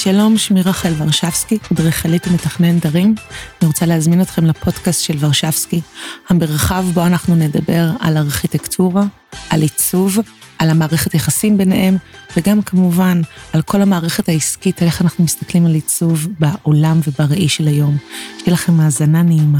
שלום, שמי רחל ורשבסקי, אדריכלית ומתכננת ערים. אני רוצה להזמין אתכם לפודקאסט של ורשבסקי, המרחב בו אנחנו נדבר על ארכיטקטורה, על עיצוב, על המערכת יחסים ביניהם, וגם כמובן על כל המערכת העסקית, על איך אנחנו מסתכלים על עיצוב בעולם ובראי של היום. שיהיה לכם האזנה נעימה.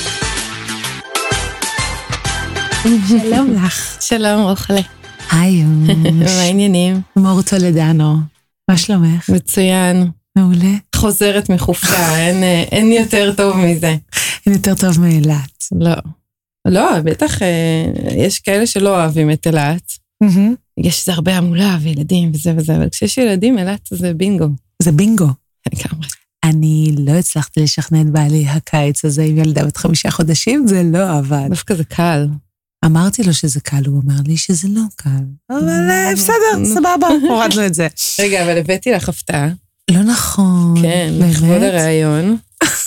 שלום לך. שלום רוחלה. היי, מה העניינים? מור טולדנו. מה שלומך? מצוין. מעולה. חוזרת מחופשה, אין יותר טוב מזה. אין יותר טוב מאילת. לא, בטח יש כאלה שלא אוהבים את אילת. יש זה הרבה עמולה וילדים וזה וזה, אבל כשיש ילדים, אילת זה בינגו. זה בינגו. לגמרי. אני לא הצלחתי לשכנע את בעלי הקיץ הזה עם ילדה בת 5 חודשים, זה לא עבד. דווקא זה קל. אמרתי לו שזה קל, הוא אמר לי שזה לא קל. אבל בסדר, סבבה, הורדנו את זה. רגע, אבל הבאתי לך הפתעה. לא נכון. כן, לכבוד הרעיון.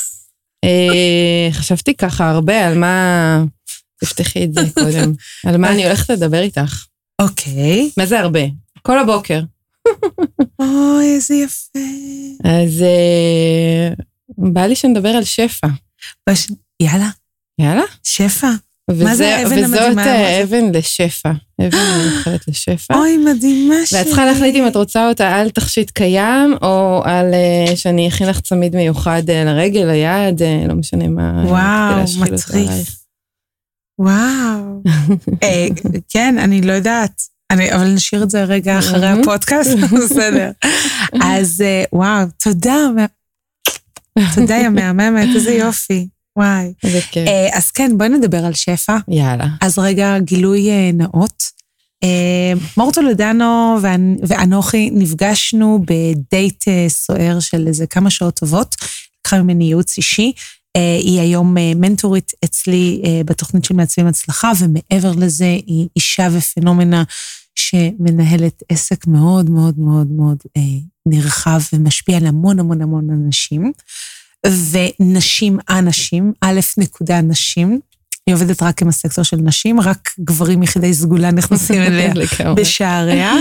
חשבתי ככה הרבה על מה, תפתחי את זה קודם, על מה אני הולכת לדבר איתך. אוקיי. מה זה הרבה? כל הבוקר. אוי, איזה יפה. אז בא לי שנדבר על שפע. יאללה. יאללה? שפע. מה זה האבן המדהימה? וזאת אבן לשפע. אבן מיוחדת לשפע. אוי, מדהימה שלי. ואת צריכה להחליט אם את רוצה אותה על תכשיט קיים, או על שאני אכין לך צמיד מיוחד לרגל, ליד, לא משנה מה. וואו, מטריף. וואו. כן, אני לא יודעת. אבל נשאיר את זה רגע אחרי הפודקאסט, בסדר. אז וואו, תודה. תודה, יא מהממת, איזה יופי. וואי. אז כן, בואי נדבר על שפע. יאללה. אז רגע, גילוי נאות. מור טולדנו ואנוכי נפגשנו בדייט סוער של איזה כמה שעות טובות, לקחה ממני ייעוץ אישי, היא היום מנטורית אצלי בתוכנית של מעצבים הצלחה, ומעבר לזה היא אישה ופנומנה שמנהלת עסק מאוד מאוד מאוד מאוד נרחב ומשפיע על המון המון המון אנשים, ונשים אנשים, נשים, היא עובדת רק עם הסקטור של נשים, רק גברים יחידי סגולה נכנסים אליה בשעריה,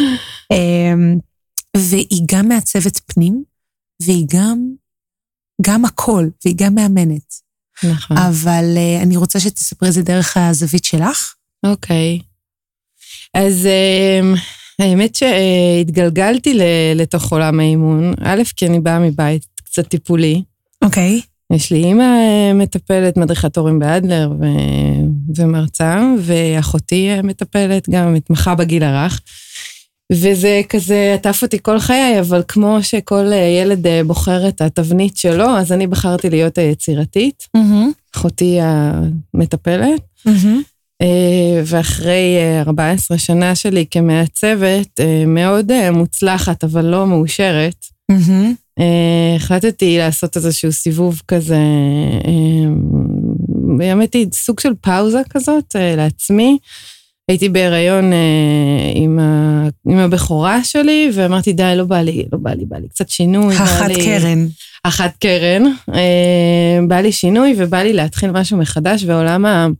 והיא גם מעצבת פנים, והיא גם הכל, והיא גם מאמנת. נכון. אבל אני רוצה שתספרי את זה דרך הזווית שלך. אוקיי. אז האמת שהתגלגלתי לתוך עולם האימון, א', כי אני באה מבית קצת טיפולי. אוקיי. יש לי אמא מטפלת, מדריכת הורים באדלר ומרצה, ואחותי מטפלת, גם מתמחה בגיל הרך. וזה כזה עטף אותי כל חיי, אבל כמו שכל ילד בוחר את התבנית שלו, אז אני בחרתי להיות היצירתית. אחותי המטפלת. ואחרי 14 שנה שלי כמעצבת, מאוד מוצלחת, אבל לא מאושרת, החלטתי לעשות איזשהו סיבוב כזה, באמת סוג של פאוזה כזאת לעצמי. הייתי בהיריון עם הבכורה שלי, ואמרתי, די, לא בא לי, קצת שינוי. אחת קרן. בא לי שינוי, ובא לי להתחיל משהו מחדש, ועולם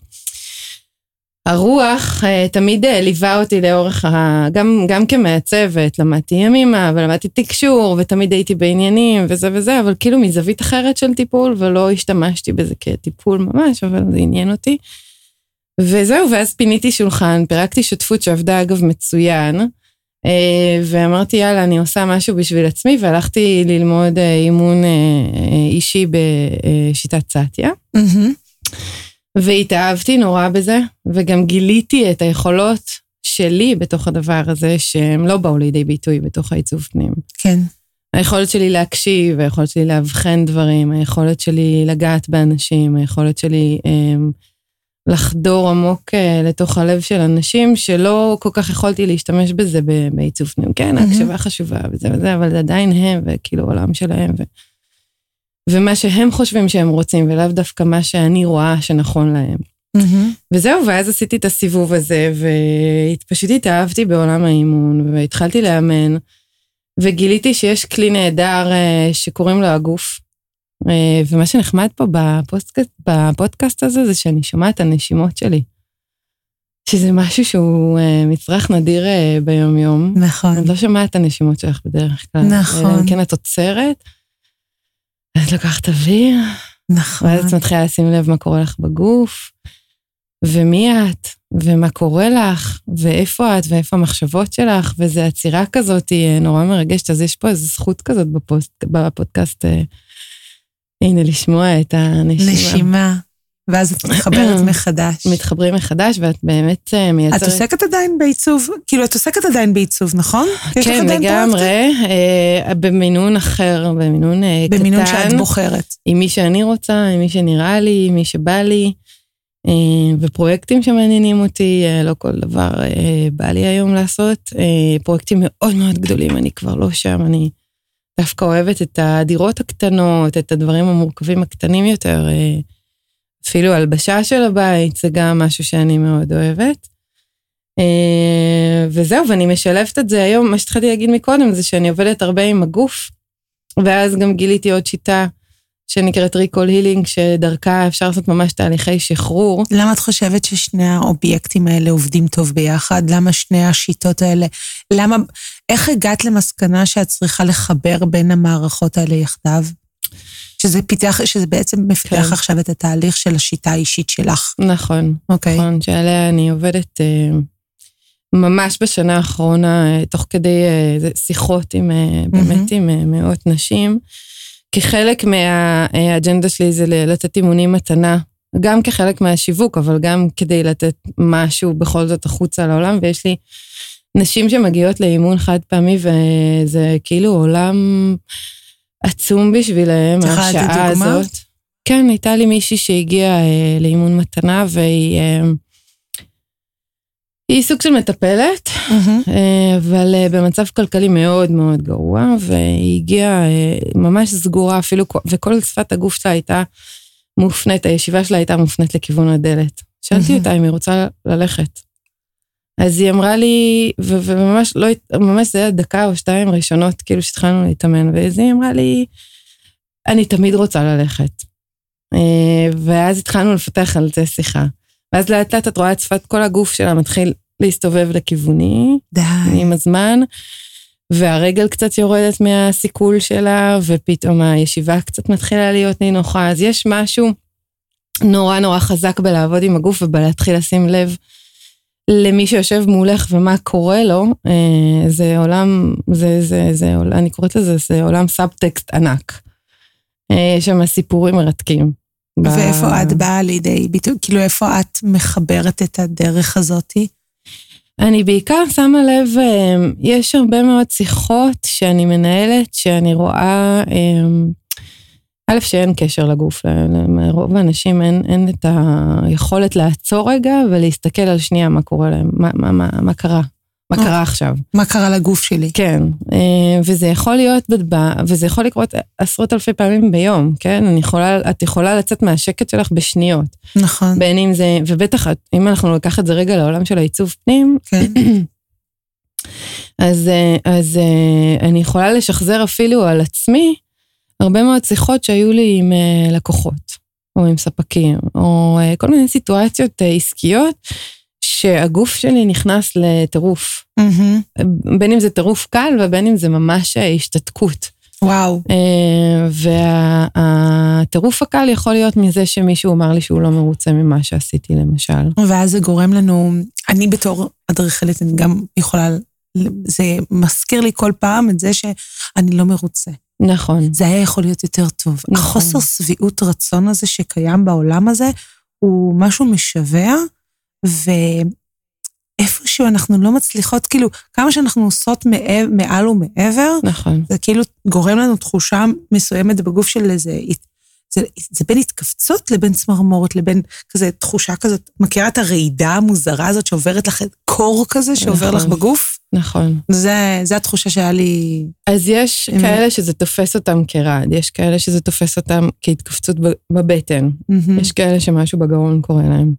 הרוח תמיד ליווה אותי לאורך, גם כמעצבת, למדתי ימימה, ולמדתי תקשור, ותמיד הייתי בעניינים, וזה, אבל כאילו מזווית אחרת של טיפול, ולא השתמשתי בזה כטיפול ממש, אבל זה עניין אותי. וזהו, ואז פיניתי שולחן, פירקתי שותפות שעבדה אגב מצוין, ואמרתי, יאללה, אני עושה משהו בשביל עצמי, והלכתי ללמוד אימון אישי בשיטת סאטיה. והתאהבתי נורא בזה, וגם גיליתי את היכולות שלי בתוך הדבר הזה, שהם לא באו לידי ביטוי בתוך העיצוב פנים. כן. היכולת שלי להקשיב, היכולת שלי להבחן דברים, היכולת שלי לגעת באנשים, היכולת שלי לחדור עמוק לתוך הלב של אנשים, שלא כל כך יכולתי להשתמש בזה בעיצוב פנים. כן, ההקשבה חשובה וזה, אבל זה עדיין הם, וכאילו עולם שלהם, ומה שהם חושבים שהם רוצים, ולאו דווקא מה שאני רואה שנכון להם. וזהו, ואז עשיתי את הסיבוב הזה, ופשוט התאהבתי בעולם האימון, והתחלתי לאמן, וגיליתי שיש כלי נהדר שקוראים לו הגוף, ומה שנחמד פה בפודקאסט הזה, זה שאני שומעת את הנשימות שלי, שזה משהו שהוא מצרך נדיר ביום יום. נכון. את לא שומעת את הנשימות שלך בדרך כלל. נכון. כן, את עוצרת, את לוקחת אוויר, נכון. ואז את מתחילה לשים לב מה קורה לך בגוף, ומי את, ומה קורה לך, ואיפה את, ואיפה המחשבות שלך, וזו עצירה כזאת, היא נורא מרגשת, אז יש פה איזו זכות כזאת בפודקאסט, הנה, לשמוע את הנשימה. נשימה, ואז את מתחברת מחדש. מתחברים מחדש, ואת באמת מייצרת... את עוסקת עדיין בעיצוב, כאילו את עוסקת עדיין בעיצוב, נכון? כן, לגמרי, במינון אחר, במינון קטן. במינון שאת בוחרת. עם מי שאני רוצה, עם מי שנראה לי, עם מי שבא לי, ופרויקטים שמעניינים אותי, לא כל דבר בא לי היום לעשות, פרויקטים מאוד מאוד גדולים, אני כבר לא שם, אני דווקא אוהבת את הדירות הקטנות, את הדברים המורכבים הקטנים יותר, אפילו הלבשה של הבית, זה גם משהו שאני מאוד אוהבת. וזהו, ואני משלבת את זה היום, מה שהתחלתי להגיד מקודם, זה שאני עובדת הרבה עם הגוף, ואז גם גיליתי עוד שיטה, שנקראת ריקול הילינג, שדרכה אפשר לעשות ממש תהליכי שחרור. למה את חושבת ששני האובייקטים האלה עובדים טוב ביחד? למה שני השיטות האלה? איך הגעת למסקנה שאת צריכה לחבר בין המערכות האלה יחדיו? שזה בעצם מפתח עכשיו את התהליך של השיטה האישית שלך. נכון. נכון, שעליה אני עובדת ממש בשנה האחרונה, תוך כדי שיחות באמת עם מאות נשים, כי חלק מהאג'נדה שלי זה לתת אימונים מתנה, גם כחלק מהשיווק, אבל גם כדי לתת משהו בכל זאת החוצה לעולם, ויש לי נשים שמגיעות לאימון חד פעמי, וזה כאילו עולם עצום בשבילהם, השעה הזאת. כן, הייתה לי מישהי שהגיעה לאימון מתנה, והיא סוג של מטפלת, אבל במצב כלכלי מאוד מאוד גרוע, והיא הגיעה ממש סגורה אפילו, וכל שפת הגוף שלה הייתה מופנית, הישיבה שלה הייתה מופנית לכיוון הדלת. שאלתי אותה אם היא רוצה ללכת. אז היא אמרה לי, וממש לא, ממש זה היה דקה או שתיים ראשונות, כאילו שהתחלנו להתאמן, ואז היא אמרה לי, אני תמיד רוצה ללכת. ואז התחלנו לפתח על זה שיחה. ואז לאט לאט את רואה את שפת כל הגוף שלה מתחיל להסתובב לכיווני, עם הזמן, והרגל קצת יורדת מהסיכול שלה, ופתאום הישיבה קצת מתחילה להיות נינוחה, אז יש משהו נורא נורא חזק בלעבוד עם הגוף, ובלהתחיל לשים לב למי שיושב מולך ומה קורה לו, זה עולם, אני קוראת לזה, זה עולם סאבטקסט ענק, יש שם סיפורים מרתקים. ואיפה את באה לידי ביטוי? כאילו איפה את מחברת את הדרך הזאת? אני בעיקר שמה לב, יש הרבה מאוד שיחות שאני מנהלת, שאני רואה, א' שאין קשר לגוף, לרוב האנשים אין את היכולת לעצור רגע, ולהסתכל על שנייה מה קורה להם, מה קרה. מה קרה עכשיו? מה קרה לגוף שלי? כן, וזה יכול להיות, וזה יכול לקרות עשרות אלפי פעמים ביום, כן? את יכולה לצאת מהשקט שלך בשניות. נכון. בין אם זה, ובטח, אם אנחנו לקחת את זה רגע לעולם של העיצוב פנים, כן. אז אני יכולה לשחזר אפילו על עצמי, הרבה מאוד שיחות שהיו לי עם לקוחות, או עם ספקים, או כל מיני סיטואציות עסקיות, שהגוף שלי נכנס לטירוף. בין אם זה טירוף קל, ובין אם זה ממש השתתקות. וואו. והטירוף הקל יכול להיות מזה שמישהו אמר לי שהוא לא מרוצה ממה שעשיתי, למשל. ואז זה גורם לנו, אני בתור אדריכלית, אני גם יכולה, זה מזכיר לי כל פעם את זה שאני לא מרוצה. נכון. זה היה יכול להיות יותר טוב. נכון. החוסר שביעות רצון הזה שקיים בעולם הזה, הוא משהו משווה, ואיפשהו אנחנו לא מצליחות, כאילו, כמה שאנחנו עושות מעל ומעבר, נכון. זה כאילו גורם לנו תחושה מסוימת בגוף של איזה, זה בין התכווצות לבין צמרמורת, לבין כזה תחושה כזאת, מכירה את הרעידה המוזרה הזאת שעוברת לך, קור כזה שעובר לך בגוף? נכון. זה התחושה שהיה לי... אז יש כאלה שזה תופס אותם כרעד, יש כאלה שזה תופס אותם כהתכווצות בבטן, יש כאלה שמשהו בגרון קורה להם.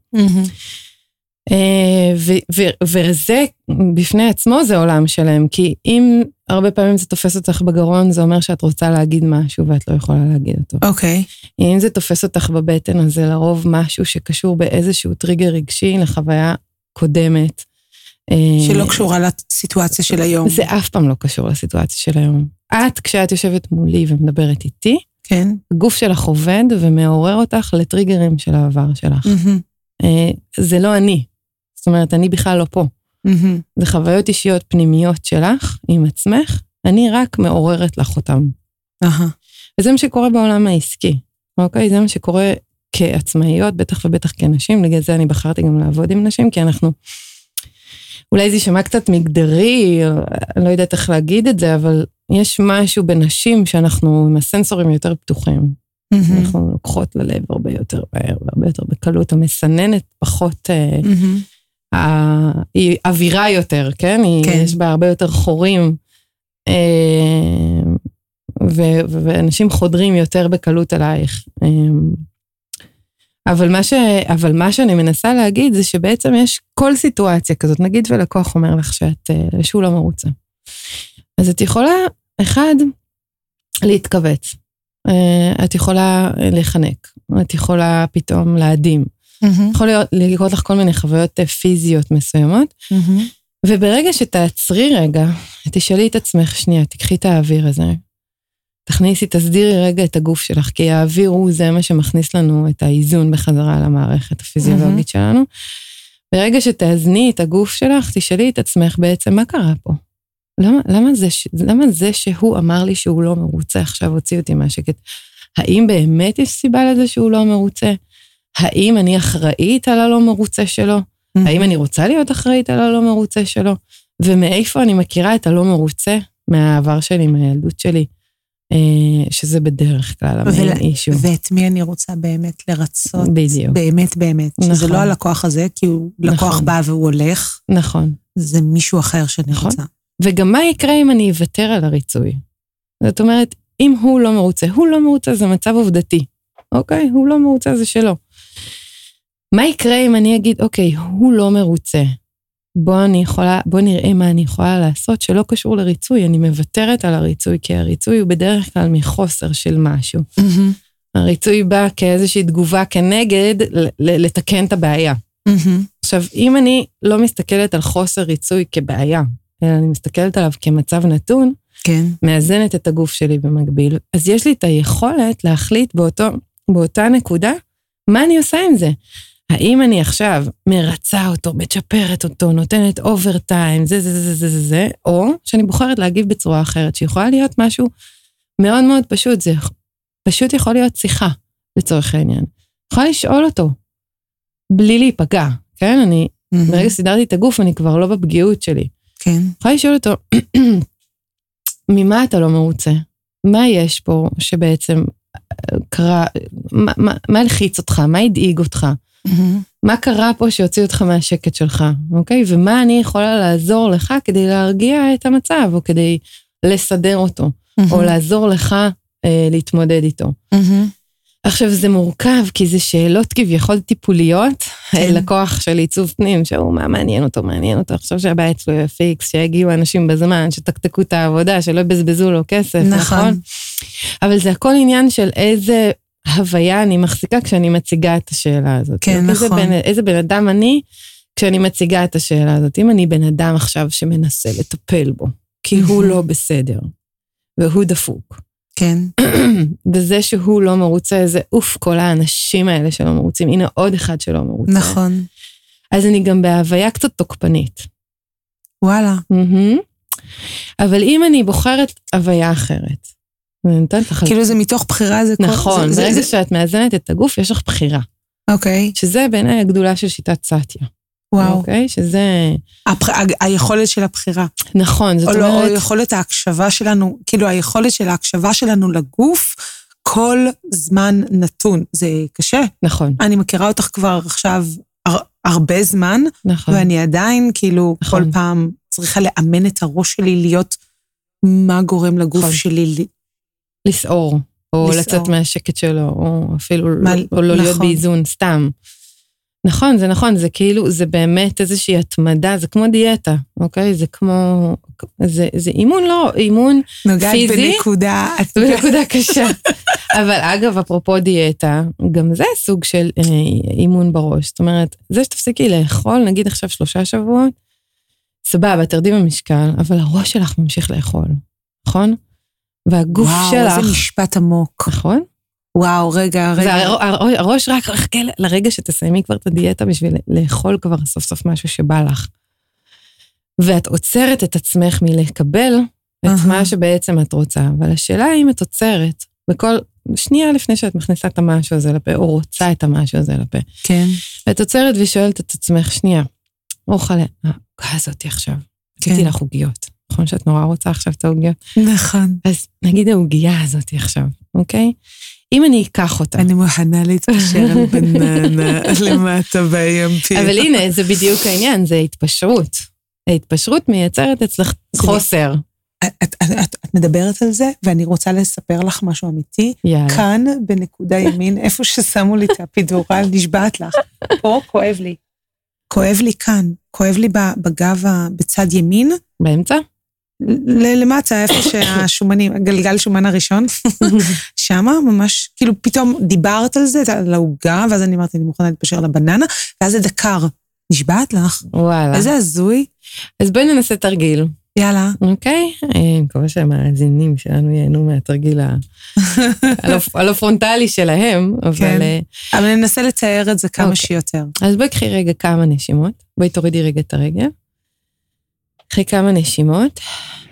וזה בפני עצמו זה עולם שלהם, כי אם הרבה פעמים זה תופס אותך בגרון, זה אומר שאת רוצה להגיד משהו ואת לא יכולה להגיד אותו. אוקיי. אם זה תופס אותך בבטן, אז זה לרוב משהו שקשור באיזשהו טריגר רגשי לחוויה קודמת. שלא קשורה לסיטואציה של היום. זה אף פעם לא קשור לסיטואציה של היום. כשאת יושבת מולי ומדברת איתי, כן. הגוף שלך עובד ומעורר אותך לטריגרים של העבר שלך. זה לא אני. זאת אומרת, אני בכלל לא פה. זה חוויות אישיות פנימיות שלך עם עצמך, אני רק מעוררת לך אותם. וזה מה שקורה בעולם העסקי. אוקיי? זה מה שקורה כעצמאיות, בטח ובטח כנשים, בגלל זה אני בחרתי גם לעבוד עם נשים, כי אנחנו, אולי זה יישמע קצת מגדרי, אני לא יודעת איך להגיד את זה, אבל יש משהו בנשים שאנחנו עם הסנסורים יותר פתוחים. אנחנו לוקחות ללב הרבה יותר מהר, והרבה יותר בקלות, המסננת פחות, היא אווירה יותר, כן? יש בה הרבה יותר חורים, ואנשים חודרים יותר בקלות עלייך. אבל מה שאני מנסה להגיד זה שבעצם יש כל סיטואציה כזאת, נגיד ולקוח אומר לך שהוא לא מרוצה. אז את יכולה, אחד, להתכווץ. את יכולה לחנק, את יכולה פתאום להדים. יכול לקרות לך כל מיני חוויות פיזיות מסוימות, וברגע שתעצרי רגע, תשאלי את עצמך שנייה, תקחי את האוויר הזה, תכניסי, תסדירי רגע את הגוף שלך, כי האוויר הוא זה מה שמכניס לנו את האיזון בחזרה למערכת הפיזיולוגית שלנו. ברגע שתאזני את הגוף שלך, תשאלי את עצמך בעצם, מה קרה פה? למה זה שהוא אמר לי שהוא לא מרוצה, עכשיו הוציא אותי מהשקט? האם באמת יש סיבה לזה שהוא לא מרוצה? האם אני אחראית על הלא מרוצה שלו? האם אני רוצה להיות אחראית על הלא מרוצה שלו? ומאיפה אני מכירה את הלא מרוצה? מהעבר שלי, מהילדות שלי, שזה בדרך כלל המין אישו. ואת מי אני רוצה באמת לרצות? בדיוק. באמת, באמת. שזה לא הלקוח הזה, כי הוא לקוח בא והוא הולך. נכון. זה מישהו אחר שאני רוצה. וגם מה יקרה אם אני אוותר על הריצוי? זאת אומרת, אם הוא לא מרוצה זה מצב עובדתי. אוקיי? הוא לא מרוצה, זה שלו. מה יקרה אם אני אגיד, אוקיי, הוא לא מרוצה. בוא נראה מה אני יכולה לעשות שלא קשור לריצוי. אני מוותרת על הריצוי, כי הריצוי הוא בדרך כלל מחוסר של משהו. הריצוי בא כאיזושהי תגובה כנגד לתקן את הבעיה. עכשיו, אם אני לא מסתכלת על חוסר ריצוי כבעיה, אלא אני מסתכלת עליו כמצב נתון, מאזנת את הגוף שלי במקביל, אז יש לי את היכולת להחליט באותה נקודה, מה אני עושה עם זה? האם אני עכשיו מרצה אותו, מצ'פרת אותו, נותנת אוברטיים, זה, או שאני בוחרת להגיב בצורה אחרת, שיכולה להיות משהו מאוד מאוד פשוט, זה פשוט יכול להיות שיחה, לצורך העניין. יכולה לשאול אותו, בלי להיפגע, כן? אני, ברגע סידרתי את הגוף, אני כבר לא בפגיעות שלי. כן. יכולה לשאול אותו, ממה אתה לא מרוצה? מה יש פה שבעצם קרה, מה הלחיץ אותך? מה הדאיג אותך? מה קרה פה שיוציא אותך מהשקט שלך? אוקיי? ומה אני יכולה לעזור לך כדי להרגיע את המצב, או כדי לסדר אותו, או לעזור לך להתמודד איתו. עכשיו זה מורכב, כי זה שאלות כביכול טיפוליות, לקוח של עיצוב פנים, שהוא מה מעניין אותו, עכשיו שהבית שלו יהיה פיקס, שיגיעו אנשים בזמן, שתקתקו את העבודה, שלא יבזבזו לו כסף, נכון? אבל זה הכל עניין של איזה הוויה אני מחזיקה כשאני מציגה את השאלה הזאת. כן, נכון. איזה בן אדם אני כשאני מציגה את השאלה הזאת. אם אני בן אדם עכשיו שמנסה לטפל בו, כי הוא לא בסדר, והוא דפוק. כן. וזה שהוא לא מרוצה, זה כל האנשים האלה שלא מרוצים, הנה עוד אחד שלא מרוצה. נכון. אז אני גם בהוויה קצת תוקפנית. וואלה. אבל אם אני בוחרת הוויה אחרת, כאילו זה מתוך בחירה, זה נכון, ברגע שאת מאזנת את הגוף, יש לך בחירה. אוקיי. שזה בעיניי הגדולה של שיטת סאטיה. וואו. אוקיי, שזה היכולת של הבחירה. נכון, זאת אומרת... אומרת... או יכולת ההקשבה שלנו, כאילו היכולת של ההקשבה שלנו לגוף, כל זמן נתון. זה קשה. נכון. אני מכירה אותך כבר עכשיו הרבה זמן, נכון. ואני עדיין כאילו כל פעם צריכה לאמן את הראש שלי להיות מה גורם לגוף שלי לסעור, או לצאת מהשקט שלו, או אפילו לא להיות באיזון, סתם. נכון, זה נכון, זה כאילו, זה באמת איזושהי התמדה, זה כמו דיאטה, אוקיי? זה כמו, זה אימון לא, אימון פיזי. נוגעת בנקודה קשה. אבל אגב, אפרופו דיאטה, גם זה סוג של אימון בראש. זאת אומרת, זה שתפסיקי לאכול, נגיד עכשיו 3 שבועות, סבבה, תרדי במשקל, אבל הראש שלך ממשיך לאכול, נכון? והגוף שלך... וואו, איזה משפט עמוק. נכון? וואו, רגע. והראש רק מחכה לרגע שתסיימי כבר את הדיאטה בשביל לאכול כבר סוף סוף משהו שבא לך. ואת עוצרת את עצמך מלקבל את מה שבעצם את רוצה. אבל השאלה האם את עוצרת, בכל שנייה לפני שאת מכניסה את המשהו הזה לפה, או רוצה את המשהו הזה לפה. כן. ואת עוצרת ושואלת את עצמך, שנייה, אוכלה, העוגה הזאת עכשיו, עשיתי לך עוגיות. נכון שאת נורא רוצה עכשיו את העוגיות? נכון. אז נגיד העוגיה הזאת עכשיו, אוקיי? אם אני אקח אותה. אני מוכנה להתקשר על בננה למטה בים. אבל הנה, זה בדיוק העניין, זה התפשרות. ההתפשרות מייצרת אצלך חוסר. את מדברת על זה, ואני רוצה לספר לך משהו אמיתי. כאן, בנקודה ימין, איפה ששמו לי את הפידורל, נשבעת לך. פה כואב לי. כואב לי כאן. כואב לי בגב בצד ימין. באמצע? למטה, איפה שהשומנים, הגלגל שומן הראשון, שמה ממש, כאילו פתאום דיברת על זה, על העוגה, ואז אני אמרתי, אני מוכנה להתפשר לבננה, ואז זה דקר. נשבעת לך? וואלה. איזה הזוי. אז בואי ננסה תרגיל. יאללה. אוקיי? אני מקווה שהמאזינים שלנו ייהנו מהתרגיל הלא פרונטלי שלהם, אבל ננסה לתאר את זה כמה שיותר. אז בואי קחי רגע כמה נשימות, בואי תורידי רגע את הרגל. קחי כמה נשימות.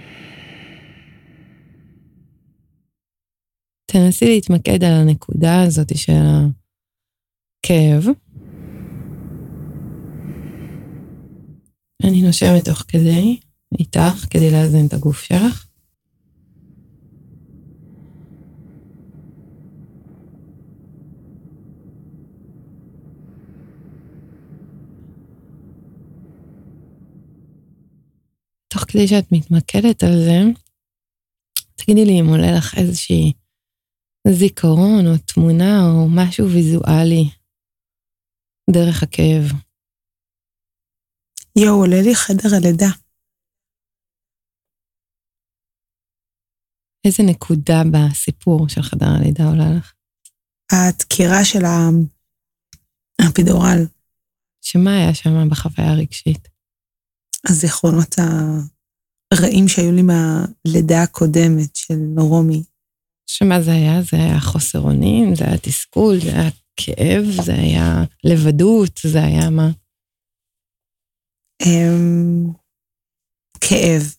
תנסי להתמקד על הנקודה הזאת של הכאב. אני נושמת תוך כדי, איתך, כדי לאזן את הגוף שלך. תוך כדי שאת מתמקדת על זה, תגידי לי אם עולה לך איזושהי זיכרון או תמונה או משהו ויזואלי דרך הכאב. עולה לי חדר הלידה. איזה נקודה בסיפור של חדר הלידה עולה לך? הדקירה של הפידורל. שמה היה שם בחוויה הרגשית? הזיכרונות הרעים שהיו לי מהלידה הקודמת של רומי. שמה זה היה? זה היה חוסר אונים, זה היה תסכול, זה היה כאב, זה היה לבדות, זה היה מה? כאב.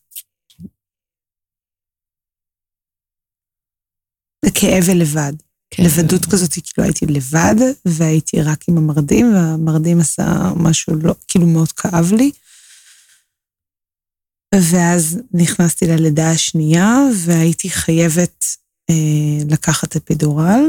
כאב ולבד. לבדות כזאת, כאילו הייתי לבד, והייתי רק עם המרדים, והמרדים עשה משהו לא, כאילו מאוד כאב לי. ואז נכנסתי ללידה השנייה, והייתי חייבת לקחת אפידורל.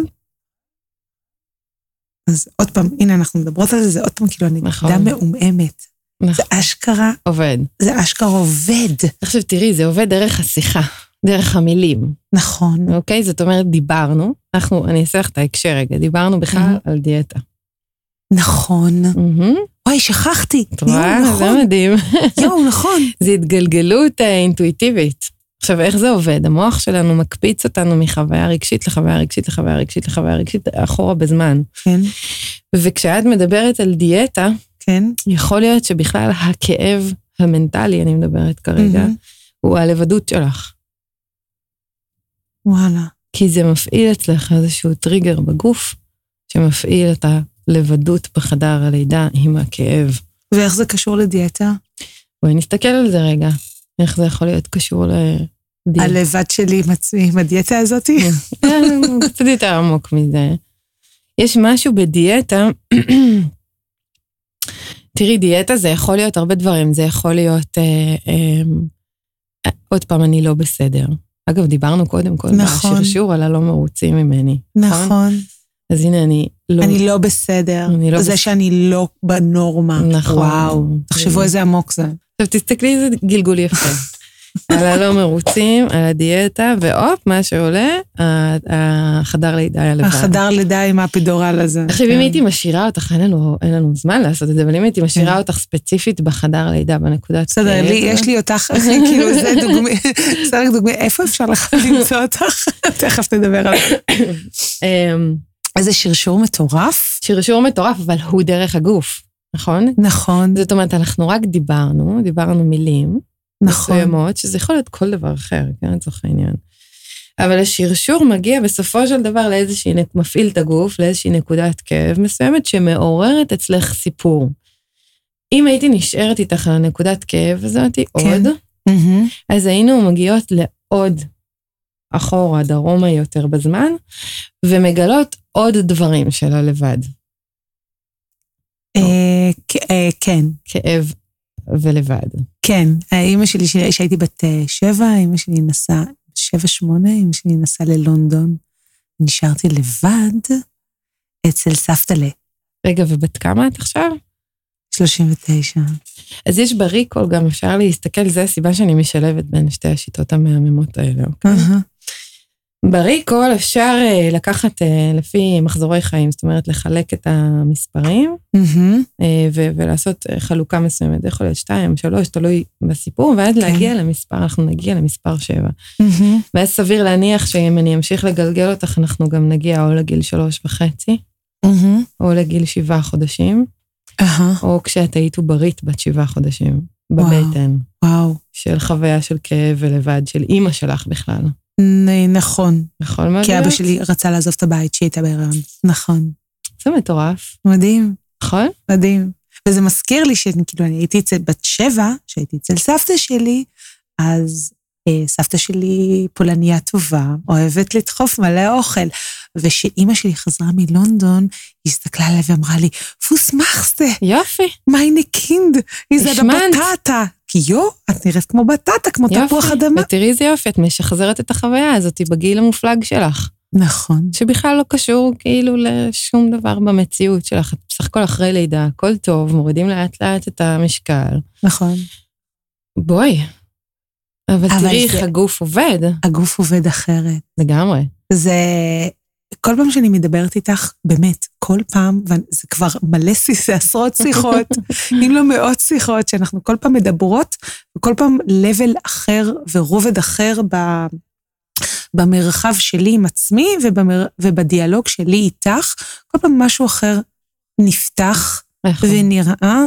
אז עוד פעם, הנה אנחנו מדברות על זה, זה עוד פעם כאילו אני נקודה מעוממת. זה אשכרה. עובד. זה אשכרה עובד. עכשיו תראי, זה עובד דרך השיחה, דרך המילים. נכון. אוקיי? זאת אומרת, דיברנו, אני אעשה לך את ההקשר רגע, דיברנו בכלל על דיאטה. נכון. אוי, שכחתי. זה מדהים. נכון. זה התגלגלות אינטואיטיבית. עכשיו, איך זה עובד? המוח שלנו מקפיץ אותנו מחוויה רגשית לחוויה רגשית לחוויה רגשית לחוויה רגשית אחורה בזמן. כן. וכשאת מדברת על דיאטה, כן. יכול להיות שבכלל הכאב המנטלי, אני מדברת כרגע, הוא הלבדות שלך. וואלה. כי זה מפעיל אצלך איזשהו טריגר בגוף, שמפעיל את הלבדות בחדר הלידה עם הכאב. ואיך זה קשור לדיאטה? בואי נסתכל על זה רגע. איך זה יכול להיות קשור לדיאטה? הלבד שלי עם עצמי, עם הדיאטה הזאת? קצת יותר עמוק מזה. יש משהו בדיאטה, תראי, דיאטה זה יכול להיות הרבה דברים, זה יכול להיות, עוד פעם, אני לא בסדר. אגב, דיברנו קודם כל, בשרשור על הלא מרוצים ממני. נכון. אז הנה, אני לא בסדר. זה שאני לא בנורמה. נכון. וואו, תחשבו איזה עמוק זה. עכשיו, תסתכלי איזה גלגול יפה. על הלא מרוצים, על הדיאטה, ואופ, מה שעולה, החדר לידה היה לבד. החדר לידה עם האפידורל הזה. עכשיו, אם הייתי משאירה אותך, אין לנו זמן לעשות את זה, אבל אם הייתי משאירה אותך ספציפית בחדר לידה, בנקודת... בסדר, יש לי אותך, כאילו זה דוגמי, איפה אפשר לך למצוא אותך? תכף נדבר על זה. איזה שרשור מטורף. שרשור מטורף, אבל הוא דרך הגוף, נכון? נכון. זאת אומרת, אנחנו רק דיברנו מילים, נכון. מסוימות, שזה יכול להיות כל דבר אחר, כן, לצורך העניין. אבל השרשור מגיע בסופו של דבר לאיזושהי, מפעיל את הגוף, לאיזושהי נקודת כאב מסוימת, שמעוררת אצלך סיפור. אם הייתי נשארת איתך על הנקודת כאב הזאת, עוד, אז היינו מגיעות לעוד אחורה, דרומה יותר בזמן, ומגלות עוד דברים שלה לבד. כן. כאב ולבד. כן, אמא שלי, שהייתי בת 7, אמא שלי נסעה, 7-8, אמא שלי נסעה ללונדון, נשארתי לבד אצל סבתלה. רגע, ובת כמה את עכשיו? 39. אז יש בריקול, גם אפשר להסתכל, זה הסיבה שאני משלבת בין שתי השיטות המהממות האלה, אוקיי? בריקול אפשר לקחת לפי מחזורי חיים, זאת אומרת, לחלק את המספרים, ולעשות חלוקה מסוימת, זה יכול להיות 2, 3, תלוי בסיפור, ואז להגיע למספר, אנחנו נגיע למספר 7. ואז סביר להניח שאם אני אמשיך לגלגל אותך, אנחנו גם נגיע או לגיל 3.5, או לגיל 7 חודשים, או כשאת היית עוברית בת 7 חודשים, בבטן, של חוויה של כאב ולבד, של אימא שלך בכלל. נכון. נכון מאוד. כי אבא שלי רצה לעזוב את הבית שהייתה בהיריון. נכון. זה מטורף. מדהים. נכון? מדהים. וזה מזכיר לי שכאילו אני הייתי אצל בת 7, שהייתי אצל סבתא שלי, אז סבתא שלי פולניה טובה, אוהבת לדחוף מלא אוכל, ושאימא שלי חזרה מלונדון, היא הסתכלה עליה ואמרה לי, פוס מחסה. יופי. מיינה קינד, איזה בטטה. כי את נראית כמו בטטה, כמו תפוח אדמה. ותראי איזה יופי, את משחזרת את החוויה הזאת בגיל המופלג שלך. נכון. שבכלל לא קשור כאילו לשום דבר במציאות שלך. את בסך הכל אחרי לידה, הכל טוב, מורידים לאט לאט את המשקל. נכון. בואי. אבל תראי איך הגוף עובד. הגוף עובד אחרת. לגמרי. זה... כל פעם שאני מדברת איתך, באמת, כל פעם, וזה כבר מלא עשרות שיחות, אם לא מאות שיחות, שאנחנו כל פעם מדברות, וכל פעם לבל אחר ורובד אחר במרחב שלי עם עצמי, ובדיאלוג שלי איתך, כל פעם משהו אחר נפתח, ונראה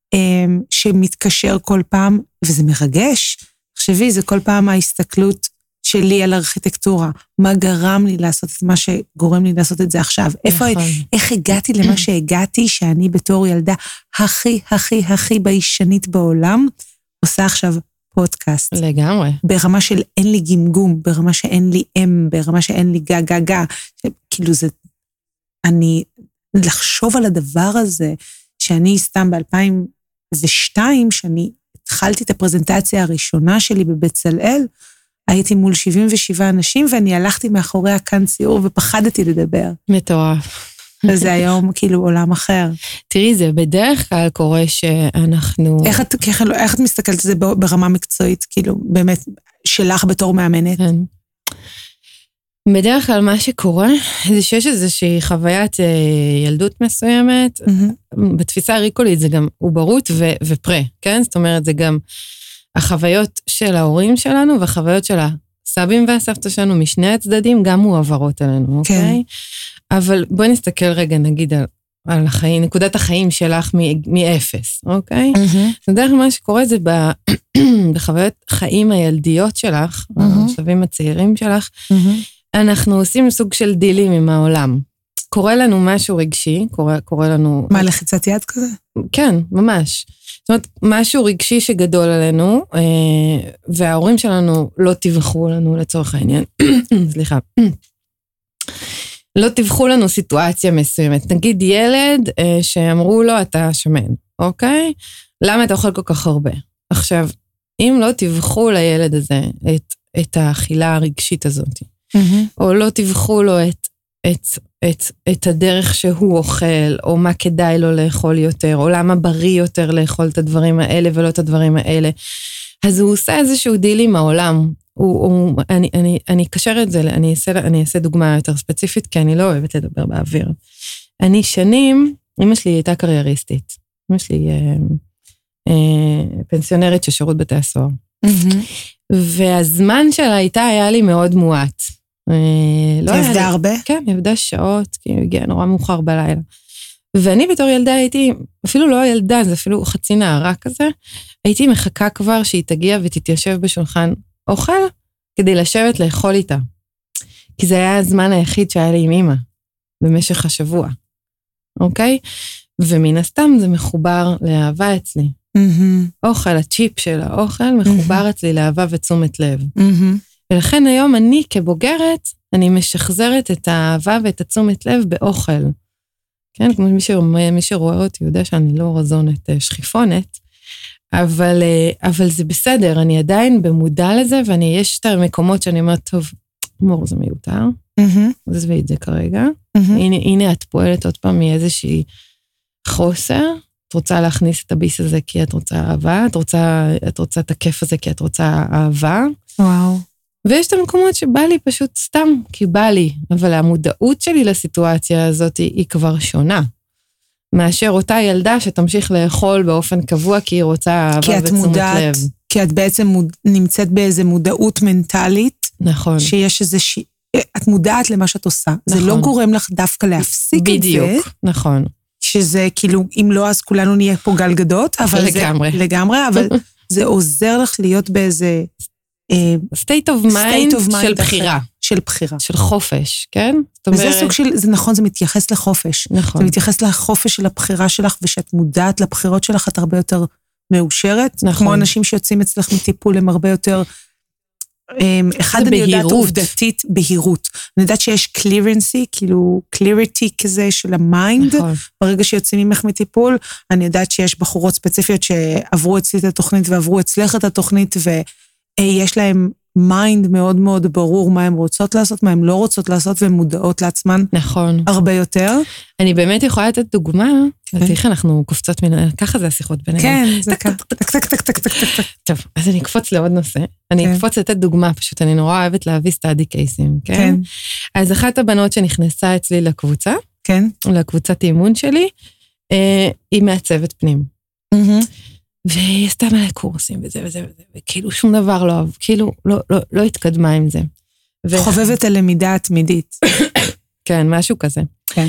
שמתקשר כל פעם, וזה מרגש. תחשבי, זה כל פעם ההסתכלות שלי על ארכיטקטורה, מה גרם לי לעשות את מה שגורם לי לעשות את זה עכשיו, איך הגעתי למה שהגעתי, שאני בתור ילדה הכי ביישנית בעולם, עושה עכשיו פודקאסט. לגמרי. ברמה של אין לי גמגום, ברמה שאין לי ברמה שאין לי גה, כאילו זה, אני, לחשוב על הדבר הזה, שאני סתם ב-2002, שאני התחלתי את הפרזנטציה הראשונה שלי בבצלאל, הייתי מול 77 אנשים, ואני הלכתי מאחורי הכאן ציור, ופחדתי לדבר. מטורף. וזה היום כאילו עולם אחר. תראי, זה בדרך כלל קורה שאנחנו... איך את מסתכלת על זה ברמה מקצועית, כאילו, באמת, שלך בתור מאמנת? כן. בדרך כלל מה שקורה, זה שיש איזושהי חוויית ילדות מסוימת, בתפיסה הריקולית זה גם עוברות ופרה, כן? זאת אומרת, זה גם... החוויות של ההורים שלנו, והחוויות של הסבים והסבתא שלנו משני הצדדים, גם מועברות עלינו, אוקיי? אבל בואי נסתכל רגע, נגיד, על החיים, נקודת החיים שלך מאפס, אוקיי? בדרך כלל מה שקורה זה בחוויות חיים הילדיות שלך, השלבים הצעירים שלך, אנחנו עושים סוג של דילים עם העולם. קורה לנו משהו רגשי, קורה לנו... מה, לחיצת יד כזה? כן, ממש. זאת אומרת, משהו רגשי שגדול עלינו, וההורים שלנו לא תיווכו לנו לצורך העניין. סליחה. לא תיווכו לנו סיטואציה מסוימת. נגיד ילד שאמרו לו, אתה שמן, אוקיי? למה אתה אוכל כל כך הרבה? עכשיו, אם לא תיווכו לילד הזה את האכילה הרגשית הזאת, או לא תיווכו לו את הדרך שהוא אוכל, או מה כדאי לו לאכול יותר, או למה בריא יותר לאכול את הדברים האלה ולא את הדברים האלה. אז הוא עושה איזשהו דיל עם העולם. אני אקשר את זה, אני אעשה דוגמה יותר ספציפית, כי אני לא אוהבת לדבר באוויר. אני שנים, אמא שלי הייתה קרייריסטית. אמא שלי פנסיונרית של שירות בתי הסוהר. והזמן שלה איתה היה לי מאוד מועט. עבדה הרבה? כן, עבדה שעות, כי היא הגיעה נורא מאוחר בלילה. ואני בתור ילדה הייתי, אפילו לא ילדה, זה אפילו חצי נערה כזה, הייתי מחכה כבר שהיא תגיע ותתיישב בשולחן אוכל, כדי לשבת לאכול איתה. כי זה היה הזמן היחיד שהיה לי עם אמא, במשך השבוע. אוקיי? ומן הסתם זה מחובר לאהבה אצלי. אוכל, הצ'יפ של האוכל, מחובר אצלי לאהבה ותשומת לב. ולכן היום אני כבוגרת, אני משחזרת את האהבה ואת התשומת לב באוכל. כן, כמו מי שרואה אותי יודע שאני לא רזונת שחיפונת, אבל זה בסדר, אני עדיין במודע לזה, יש את המקומות שאני אומרת, טוב, מור זה מיותר, עזבי את זה כרגע, הנה את פועלת עוד פעם מאיזושהי חוסר, את רוצה להכניס את הביס הזה כי את רוצה אהבה, את רוצה את הכיף הזה כי את רוצה אהבה. וואו. ויש את המקומות שבא לי פשוט סתם, כי בא לי, אבל המודעות שלי לסיטואציה הזאת היא כבר שונה. מאשר אותה ילדה שתמשיך לאכול באופן קבוע כי היא רוצה אהבה ותשומת לב. כי את בעצם נמצאת באיזו מודעות מנטלית. נכון. שיש איזושהי, את מודעת למה שאת עושה. נכון. זה לא גורם לך דווקא להפסיק את זה. בדיוק, נכון. שזה כאילו, אם לא, אז כולנו נהיה פה גלגדות, אבל לגמרי, אבל זה עוזר לך להיות באיזה state of mind של בחירה. של בחירה. של חופש, כן? וזה סוג של, זה נכון, זה מתייחס לחופש. נכון. זה מתייחס לחופש של הבחירה שלך, ושאת מודעת לבחירות שלך, את הרבה יותר מאושרת. נכון. כמו אנשים שיוצאים אצלך מטיפול, הם הרבה יותר, אחד אני יודעת עובדתית, בהירות. אני יודעת שיש clearancy, כאילו clarity כזה של המיינד, נכון. ברגע שיוצאים ממך מטיפול, אני יודעת שיש בחורות ספציפיות שעברו אצלי את התוכנית, ועברו אצלך את התוכנית, ויש להם מיינד מאוד מאוד ברור מה הן רוצות לעשות, מה הן לא רוצות לעשות, והן מודעות לעצמן. נכון. הרבה יותר. אני באמת יכולה לתת דוגמה, איך אנחנו קופצות מן, ככה זה השיחות בינינו. כן, זה ככה. טק, טק, טק, טק, טק, טק. טוב, אז אני אקפוץ לעוד נושא. אני אקפוץ לתת דוגמה, פשוט אני נורא אוהבת להביא סטאדי קייסים, כן? אז אחת הבנות שנכנסה אצלי לקבוצה, כן. לקבוצת אימון שלי, היא מעצבת פנים. והיא עשתה מלא קורסים וזה וזה וזה, וכאילו שום דבר לא אהב, כאילו לא התקדמה עם זה. חובבת הלמידה התמידית. כן, משהו כזה. כן.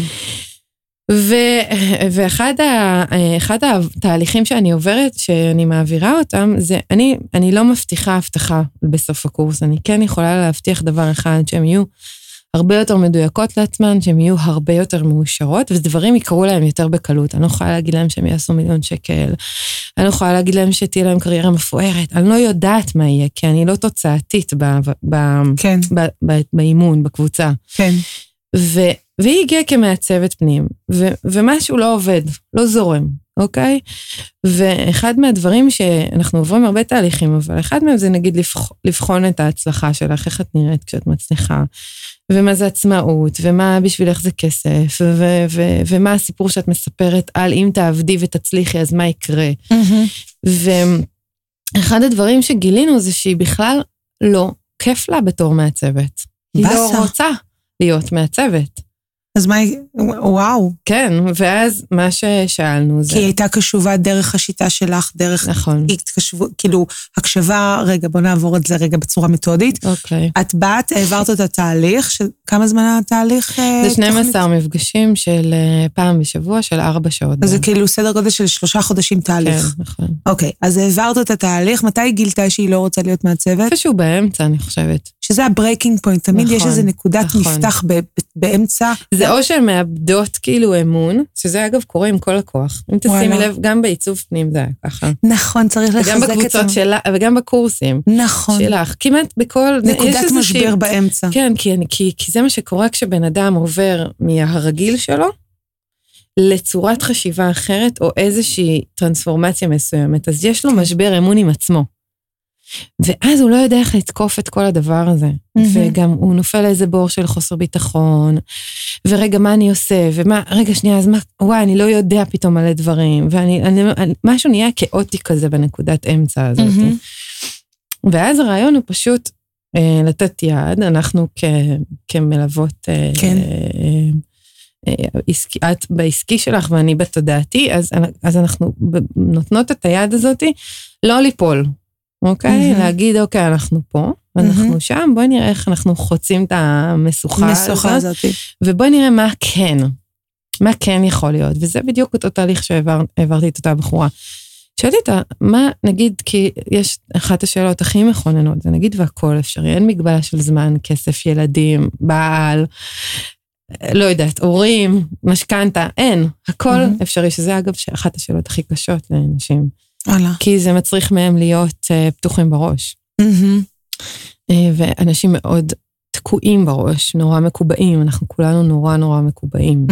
ואחד התהליכים שאני עוברת, שאני מעבירה אותם, זה אני לא מבטיחה הבטחה בסוף הקורס, אני כן יכולה להבטיח דבר אחד, שהם יהיו הרבה יותר מדויקות לעצמן, שהן יהיו הרבה יותר מאושרות, ודברים יקרו להם יותר בקלות. אני לא יכולה להגיד להם שהם יעשו $1,000,000, אני לא יכולה להגיד להם שתהיה להם קריירה מפוארת, אני לא יודעת מה יהיה, כי אני לא תוצאתית באימון, בקבוצה. כן. והיא הגיעה כמעצבת פנים, ומשהו לא עובד, לא זורם, אוקיי? ואחד מהדברים שאנחנו עוברים הרבה תהליכים, אבל אחד מהם זה נגיד לבחון את ההצלחה שלך, איך את נראית כשאת מצליחה, ומה זה עצמאות, ומה בשבילך זה כסף, ומה הסיפור שאת מספרת על אם תעבדי ותצליחי, אז מה יקרה. ואחד הדברים שגילינו זה שהיא בכלל לא כיף לה בתור מעצבת. היא לא רוצה להיות מעצבת. אז מה, וואו. כן, ואז מה ששאלנו זה... כי היא הייתה קשובה דרך השיטה שלך, דרך... נכון. כאילו, הקשבה, רגע, בוא נעבור את זה רגע בצורה מתודית. אוקיי. את באת, העברת את התהליך, כמה זמן התהליך? זה 12 מפגשים של פעם בשבוע, של 4 שעות. אז זה כאילו סדר גודל של 3 חודשים תהליך. כן, נכון. אוקיי, אז העברת את התהליך, מתי גילתה שהיא לא רוצה להיות מעצבת? איפשהו באמצע, אני חושבת. שזה הברייקינג פוינט, תמיד יש איזה נקודת מפתח באמצע. זה או שהן מאבדות כאילו אמון, שזה אגב קורה עם כל הכוח. אם תשימי לב, גם בעיצוב פנים זה היה ככה. נכון, צריך לחזק את זה. גם בקבוצות שלה, וגם בקורסים. נכון. שלך. כמעט בכל... נקודת משבר באמצע. כן, כי זה מה שקורה כשבן אדם עובר מהרגיל שלו, לצורת חשיבה אחרת, או איזושהי טרנספורמציה מסוימת. אז יש לו משבר אמון עם עצמו. ואז הוא לא יודע איך לתקוף את כל הדבר הזה. וגם הוא נופל לאיזה בור של חוסר ביטחון, ורגע מה אני עושה, רגע שנייה, אז מה, וואי, אני לא יודע פתאום מלא דברים, משהו נהיה כאוטי כזה בנקודת אמצע הזאת. ואז הרעיון הוא פשוט לתת יד, אנחנו כמלוות, כן. את בעסקי שלך ואני בתודעתי, אז אנחנו נותנות את היד הזאת, לא ליפול, אוקיי? להגיד, אוקיי, אנחנו פה, אנחנו שם, בואי נראה איך אנחנו חוצים את המשוכה הזאת, ובואי נראה מה כן יכול להיות, וזה בדיוק אותו תהליך שהעברתי את אותה בחורה. שאלתי אותה, מה נגיד, כי יש אחת השאלות הכי מכוננות, זה נגיד והכל אפשרי, אין מגבלה של זמן, כסף, ילדים, בעל, לא יודעת, הורים, משכנתה, אין, הכל אפשרי, שזה אגב אחת השאלות הכי קשות לאנשים, כי זה מצריך מהם להיות פתוחים בראש. ואנשים מאוד תקועים בראש, נורא מקובעים, אנחנו כולנו נורא מקובעים.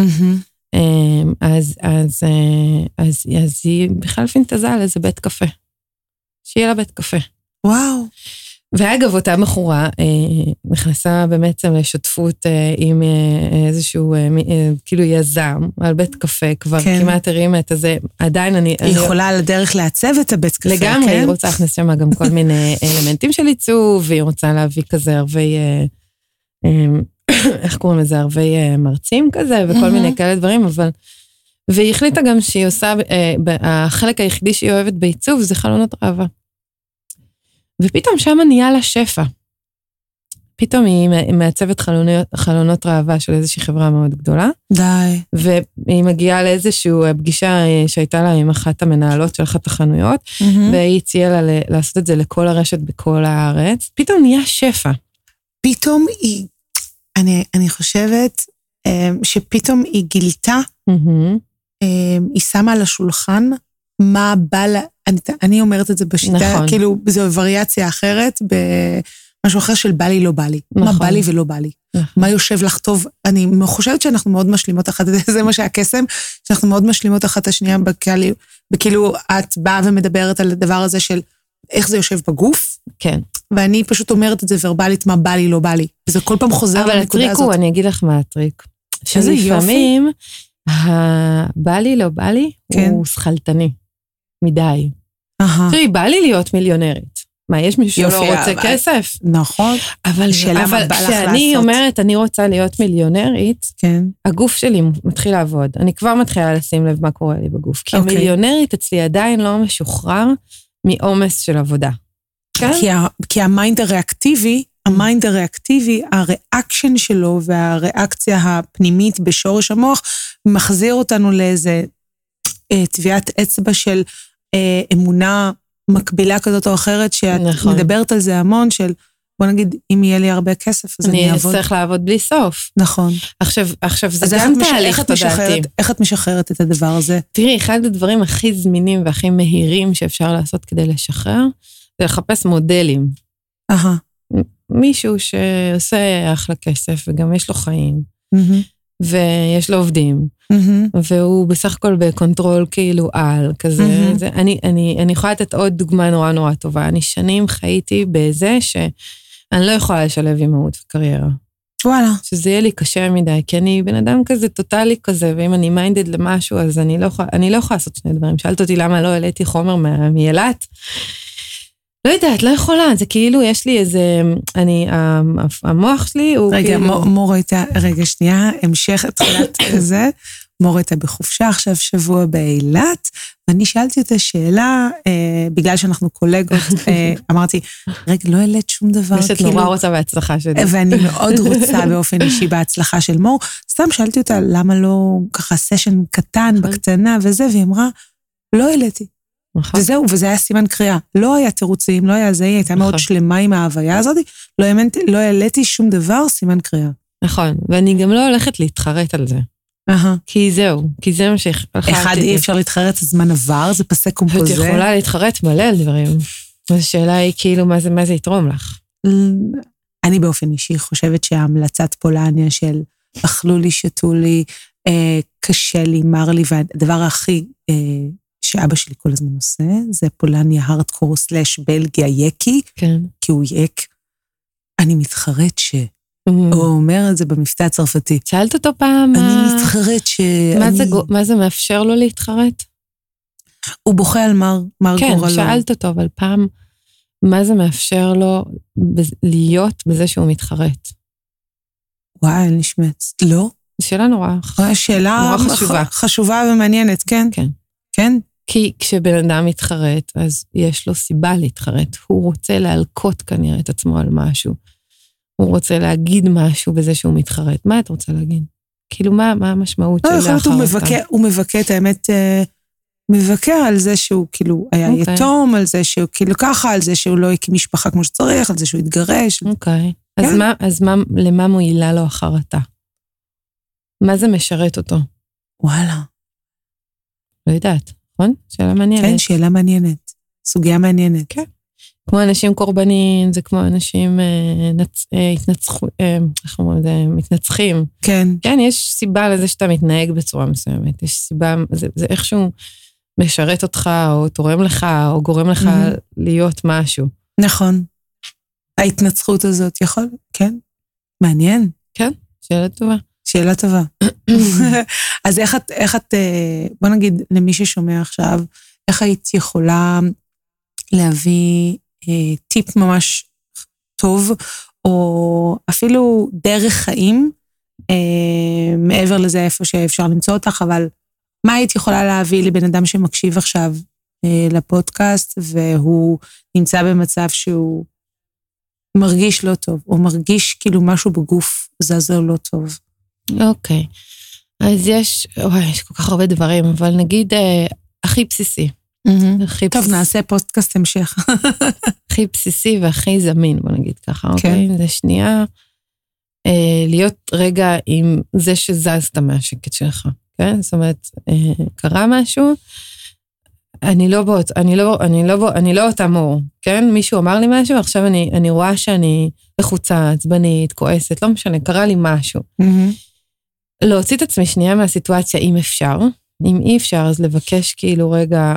אז היא בכלל פינטזה על איזה בית קפה. שיהיה לה בית קפה. וואו. ואגב, אותה בחורה נכנסה בעצם לשותפות עם איזשהו כאילו יזם על בית קפה, כבר כמעט הרימה את הזה, עדיין אני יכולה על הדרך לעצב את הבית קפה, לגמרי, היא רוצה להכניס שם גם כל מיני אלמנטים של עיצוב, והיא רוצה להביא כזה ערבי, איך קוראים לזה, ערבי מרצים כזה, וכל מיני כאלה דברים, אבל, והיא החליטה גם שהיא עושה, החלק היחידי שהיא אוהבת בעיצוב, זה חלונות ראווה. ופתאום שם נהיה לה שפע. פתאום היא מעצבת חלונות ראווה של איזושהי חברה מאוד גדולה. די. והיא מגיעה לאיזושהי פגישה שהייתה לה עם אחת המנהלות של אחת החנויות, והיא הציעה לה לעשות את זה לכל הרשת בכל הארץ. פתאום נהיה שפע. פתאום היא, אני חושבת שפתאום היא גילתה, היא שמה על השולחן, מה בא לה, אני אומרת את זה בשיטה, נכון. כאילו, זו וריאציה אחרת, במשהו אחר של בא לי, לא בא לי. נכון. מה בא לי ולא בא לי. נכון. מה יושב לך טוב. אני חושבת שאנחנו מאוד משלימות אחת, זה מה שהקסם, שאנחנו מאוד משלימות אחת השנייה, בכאילו, את באה ומדברת על הדבר הזה של איך זה יושב בגוף. כן. ואני פשוט אומרת את זה ורבלית, מה בא לי, לא בא לי. וזה כל פעם חוזר לנקודה הזאת. אבל הטריק הוא, אני אגיד לך מה הטריק. שזה יופי. שלפעמים, בא לי, לא בא לי, הוא שחלטני. מדי. תראי, בא לי להיות מיליונרית. מה, יש מישהו שלא רוצה כסף? נכון. אבל כשאני אומרת, אני רוצה להיות מיליונרית, הגוף שלי מתחיל לעבוד. אני כבר מתחילה לשים לב מה קורה לי בגוף. כי מיליונרית אצלי עדיין לא משוחרר מעומס של עבודה. כי המיינד הריאקטיבי, הריאקשן שלו והריאקציה הפנימית בשורש המוח, מחזיר אותנו לאיזה טביעת אצבע של אמונה מקבילה כזאת או אחרת, שאת מדברת על זה המון, של בוא נגיד, אם יהיה לי הרבה כסף, אז אני אעבוד. אני אצטרך לעבוד בלי סוף. נכון. עכשיו זה גם תהליך תודעתי. איך את משחררת את הדבר הזה? תראי, אחד הדברים הכי זמינים והכי מהירים שאפשר לעשות כדי לשחרר, זה לחפש מודלים. מישהו שעושה אחלה כסף, וגם יש לו חיים, ויש לו עובדים, והוא בסך הכל בקונטרול כאילו על, כזה. אני יכולה לתת עוד דוגמה נורא טובה. אני שנים חייתי בזה שאני לא יכולה לשלב אימהות וקריירה. וואלה. שזה יהיה לי קשה מדי, כי אני בן אדם כזה טוטלי כזה, ואם אני מיינדד למשהו, אז אני לא יכולה לעשות שני דברים. שאלת אותי למה לא העליתי חומר מאילת. לא יודעת, לא יכולה, זה כאילו יש לי איזה, המוח שלי הוא רגע, כאילו... מור הייתה, רגע שנייה, המשך התחילת זה, מור הייתה בחופשה עכשיו שבוע באילת, ואני שאלתי אותה שאלה, בגלל שאנחנו קולגות, אמרתי, רגע, לא העלית שום דבר, ושאת נורא רוצה בהצלחה שלי. ואני מאוד רוצה באופן אישי בהצלחה של מור, סתם שאלתי אותה, למה לא ככה סשן קטן, בקטנה וזה, והיא אמרה, לא העליתי. וזהו, וזה היה סימן קריאה. לא היה תירוצים, לא היה זה, היא הייתה מאוד שלמה עם ההוויה הזאת, לא העליתי שום דבר, סימן קריאה. נכון, ואני גם לא הולכת להתחרט על זה. כי זהו, כי זה מה שהחלטתי. אחד אי אפשר להתחרט, הזמן עבר, זה פסק קומפוזה. את יכולה להתחרט מלא על דברים. השאלה היא כאילו, מה זה יתרום לך? אני באופן אישי חושבת שההמלצת פולניה של אכלו לי, שתו לי, קשה לי, מר לי, והדבר הכי... שאבא שלי כל הזמן עושה, זה פולניה הארדקור / בלגיה יקי, כן. כי הוא יק. אני מתחרט הוא אומר את זה במבטא הצרפתי. שאלת אותו פעם? אני מתחרט מה זה מאפשר לו להתחרט? הוא בוכה על מר גורלו. כן, שאלת אותו, אבל פעם מה זה מאפשר לו להיות בזה שהוא מתחרט? וואי, נשמץ. לא? זו שאלה נורא חשובה. חשובה ומעניינת, כן? כן. כן? כי כשבן אדם מתחרט, אז יש לו סיבה להתחרט. הוא רוצה להלקות כנראה את עצמו על משהו. הוא רוצה להגיד משהו בזה שהוא מתחרט. מה את רוצה להגיד? כאילו, מה המשמעות של החרטה? הוא מבכה את האמת, מבקר על זה שהוא כאילו היה יתום, על זה שהוא כאילו ככה, על זה שהוא לא הקים משפחה כמו שצריך, על זה שהוא התגרש. אוקיי. אז למה מועילה לו החרטה? מה זה משרת אותו? וואלה. לא יודעת, נכון? שאלה מעניינת. כן, שאלה מעניינת. סוגיה מעניינת. כן. כמו אנשים קורבנים, זה כמו אנשים מתנצחים. כן. כן, יש סיבה לזה שאתה מתנהג בצורה מסוימת. יש סיבה, זה איכשהו משרת אותך, או תורם לך, או גורם לך להיות משהו. נכון. ההתנצחות הזאת יכול, כן? מעניין. כן, שאלה טובה. שאלה טובה. אז איך את, בוא נגיד למי ששומע עכשיו, איך היית יכולה להביא טיפ ממש טוב, או אפילו דרך חיים, מעבר לזה איפה שאפשר למצוא אותך, אבל מה היית יכולה להביא לבן אדם שמקשיב עכשיו לפודקאסט, והוא נמצא במצב שהוא מרגיש לא טוב, או מרגיש כאילו משהו בגוף זז לא טוב. אוקיי. אז יש כל כך הרבה דברים, אבל נגיד הכי בסיסי. טוב, נעשה פודקאסט המשך. הכי בסיסי והכי זמין, בוא נגיד ככה, אוקיי? זה שנייה, להיות רגע עם זה שזזת מהשקט שלך, כן? זאת אומרת, קרה משהו, אני לא אותה מור, כן? מישהו אמר לי משהו, עכשיו אני רואה שאני לחוצה, עצבנית, כועסת, לא משנה, קרה לי משהו. להוציא את עצמי שנייה מהסיטואציה, אם אפשר, אם אי אפשר, אז לבקש כאילו רגע,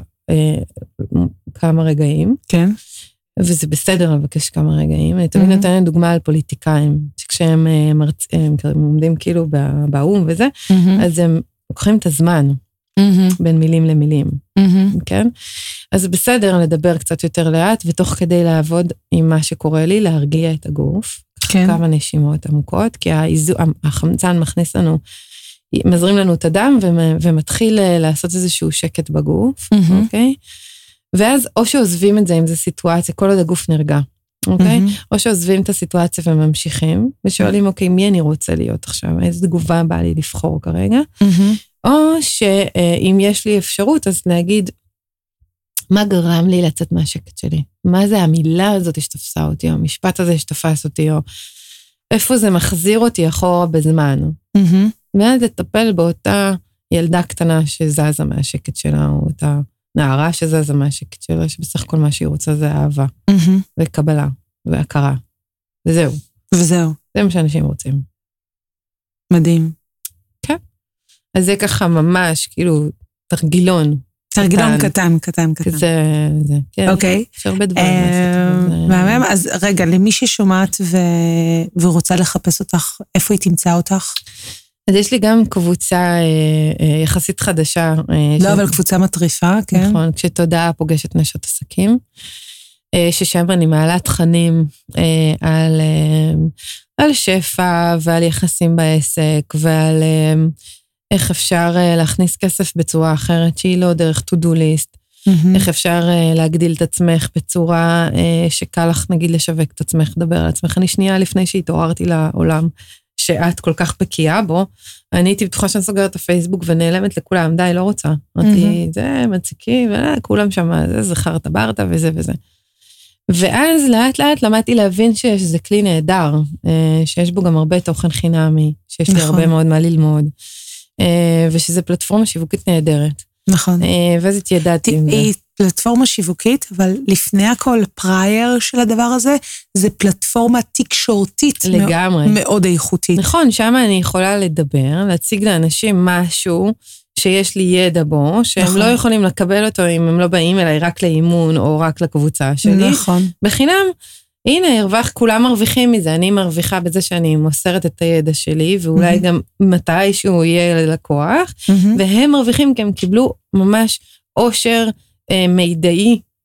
כמה רגעים. כן. וזה בסדר לבקש כמה רגעים. אני תמיד נותנת דוגמה על פוליטיקאים, שכשהם עומדים כאילו באום וזה, אז הם לוקחים את הזמן בין מילים למילים. כן? אז זה בסדר לדבר קצת יותר לאט, ותוך כדי לעבוד עם מה שקורה לי, להרגיע את הגוף. כמה נשימות עמוקות, כי החמצן מכניס לנו, מזרים לנו את הדם, ומתחיל לעשות איזשהו שקט בגוף, אוקיי? ואז או שעוזבים את זה, אם זו סיטואציה, כל עוד הגוף נרגע, אוקיי? או שעוזבים את הסיטואציה וממשיכים, ושואלים, אוקיי, מי אני רוצה להיות עכשיו? איזו תגובה בא לי לבחור כרגע? או שאם יש לי אפשרות, אז להגיד, מה גרם לי לצאת מהשקט שלי? מה זה המילה הזאת שתפסה אותי, או המשפט הזה שתפס אותי, או איפה זה מחזיר אותי אחורה בזמן? ואז לטפל באותה ילדה קטנה שזזה מהשקט שלה, או אותה נערה שזזה מהשקט שלה, שבסך הכל מה שהיא רוצה זה אהבה, וקבלה, והכרה. וזהו. זה מה שאנשים רוצים. מדהים. כן. אז זה ככה ממש, כאילו, תרגילון. תרגילון קטן. זה, כן. אוקיי. יש הרבה דברים. מהמם, אז רגע, למי ששומעת ורוצה לחפש אותך, איפה היא תמצא אותך? אז יש לי גם קבוצה יחסית חדשה. לא, אבל קבוצה מטריפה, כן. נכון, כשתודעה פוגשת נשות עסקים, ששם אני מעלה תכנים על שפע ועל יחסים בעסק, ועל איך אפשר להכניס כסף בצורה אחרת, שהיא לא דרך to-do list, איך אפשר להגדיל את עצמך בצורה שקל לך, נגיד, לשווק את עצמך, לדבר על עצמך. אני שנייה לפני שהתעוררתי לעולם, שאת כל כך בקיאה בו, אני הייתי בטוחה שאני סוגרת את הפייסבוק ונעלמת לכולם, די, לא רוצה. אמרתי, זה מציקי, וכולם שם, זה חרת ברטה וזה וזה. ואז לאט לאט למדתי להבין שזה כלי נהדר, שיש בו גם הרבה תוכן חינמי, שיש לי הרבה מאוד מה ללמוד, ושזה פלטפורמה שיווקית נהדרת. נכון. ואז התיידעתי עם זה. היא פלטפורמה שיווקית, אבל לפני הכל, פרייר של הדבר הזה, זה פלטפורמה תקשורתית לגמרי. מאוד איכותית. נכון, שם אני יכולה לדבר, להציג לאנשים משהו שיש לי ידע בו, שהם נכון. לא יכולים לקבל אותו אם הם לא באים אליי רק לאימון או רק לקבוצה שלי. נכון. בחינם, הנה, כולם מרוויחים מזה, אני מרוויחה בזה שאני מוסרת את הידע שלי, ואולי גם מתישהו יהיה ללקוח, והם מרוויחים כי הם קיבלו ממש עושר מידעי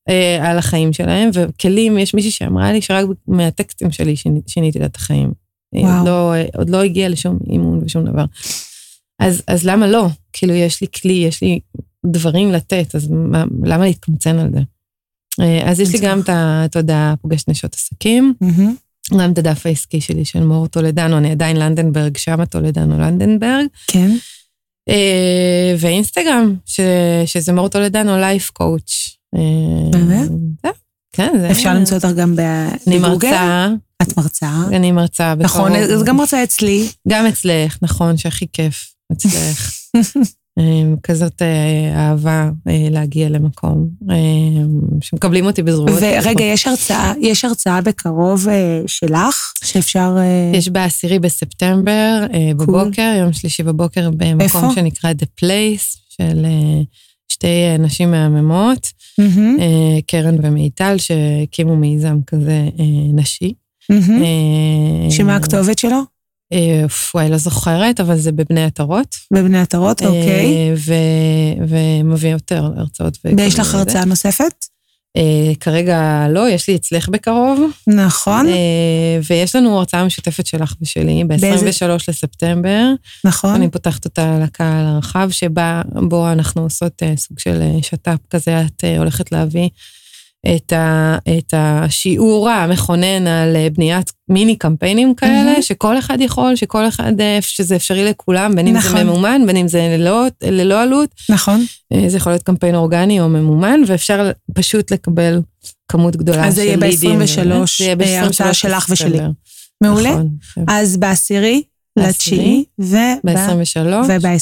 על החיים שלהם, וכלים, יש מישהי שאמרה לי שרק מהטקסטים שלי שיניתי לה את החיים. עוד לא הגיע לשום אימון ושום דבר. אז למה לא? כאילו יש לי כלי, יש לי דברים לתת, אז למה להתקמצן על זה? אז יש לי גם את התודעה פוגשת נשות עסקים, גם את הדף העסקי שלי של מור טולדנו, אני עדיין לנדנברג, שם טולדנו לנדנברג. כן. ואינסטגרם, שזה מור טולדנו לייף קואוץ'. באמת? כן. אפשר למצוא אותך גם בגוגל? את מרצה. אני מרצה. נכון, אז גם מרצה אצלי. גם אצלך, נכון, שהכי כיף אצלך. כזאת אהבה להגיע למקום, שמקבלים אותי בזרועות. ורגע, יש הרצאה בקרוב שלך, שאפשר... יש ב10 בספטמבר, בבוקר, יום שלישי בבוקר, במקום שנקרא The Place, של שתי נשים מהממות, קרן ומיטל, שהקימו מיזם כזה נשי. שמה הכתובת שלו? וואי, לא זוכרת, אבל זה בבני עטרות. בבני עטרות, אוקיי. ומביא יותר הרצאות. ויש לך הרצאה נוספת? כרגע לא, יש לי אצלך בקרוב. נכון. ויש לנו הרצאה משותפת שלך ושלי, ב-23 לספטמבר. נכון. אני פותחת אותה לקהל הרחב, שבו אנחנו עושות סוג של שטאפ כזה, את הולכת להביא את השיעור המכונן על בניית מיני קמפיינים כאלה, שכל אחד יכול, שכל אחד, שזה אפשרי לכולם, בין אם זה ממומן, בין אם זה ללא עלות. נכון. זה יכול להיות קמפיין אורגני או ממומן, ואפשר פשוט לקבל כמות גדולה של לידים. אז זה יהיה ב-23, ההרצאה שלך ושלי. מעולה. אז ב10, וב-23.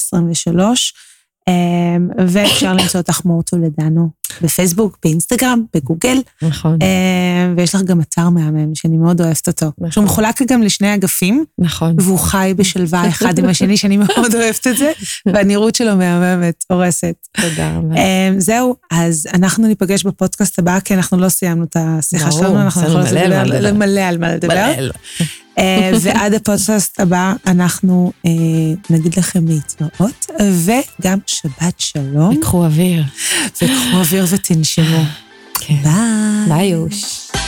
ואפשר למצוא אותך מור טולדנו בפייסבוק, באינסטגרם, בגוגל. נכון. ויש לך גם אתר מהמם, שאני מאוד אוהבת אותו. שהוא מחולק גם לשני אגפים. נכון. והוא חי בשלווה אחד עם השני, שאני מאוד אוהבת את זה, והנראות שלו מהממת, הורסת. תודה. זהו, אז אנחנו ניפגש בפודקאסט הבא, כי אנחנו לא סיימנו את השיחה שלנו, אנחנו יכולים מלא על מה לדבר. ועד הפודקאסט הבא אנחנו נגיד לכם להתראות, וגם שבת שלום. וקחו אוויר. ותנשמו. ביי. ביי יוש.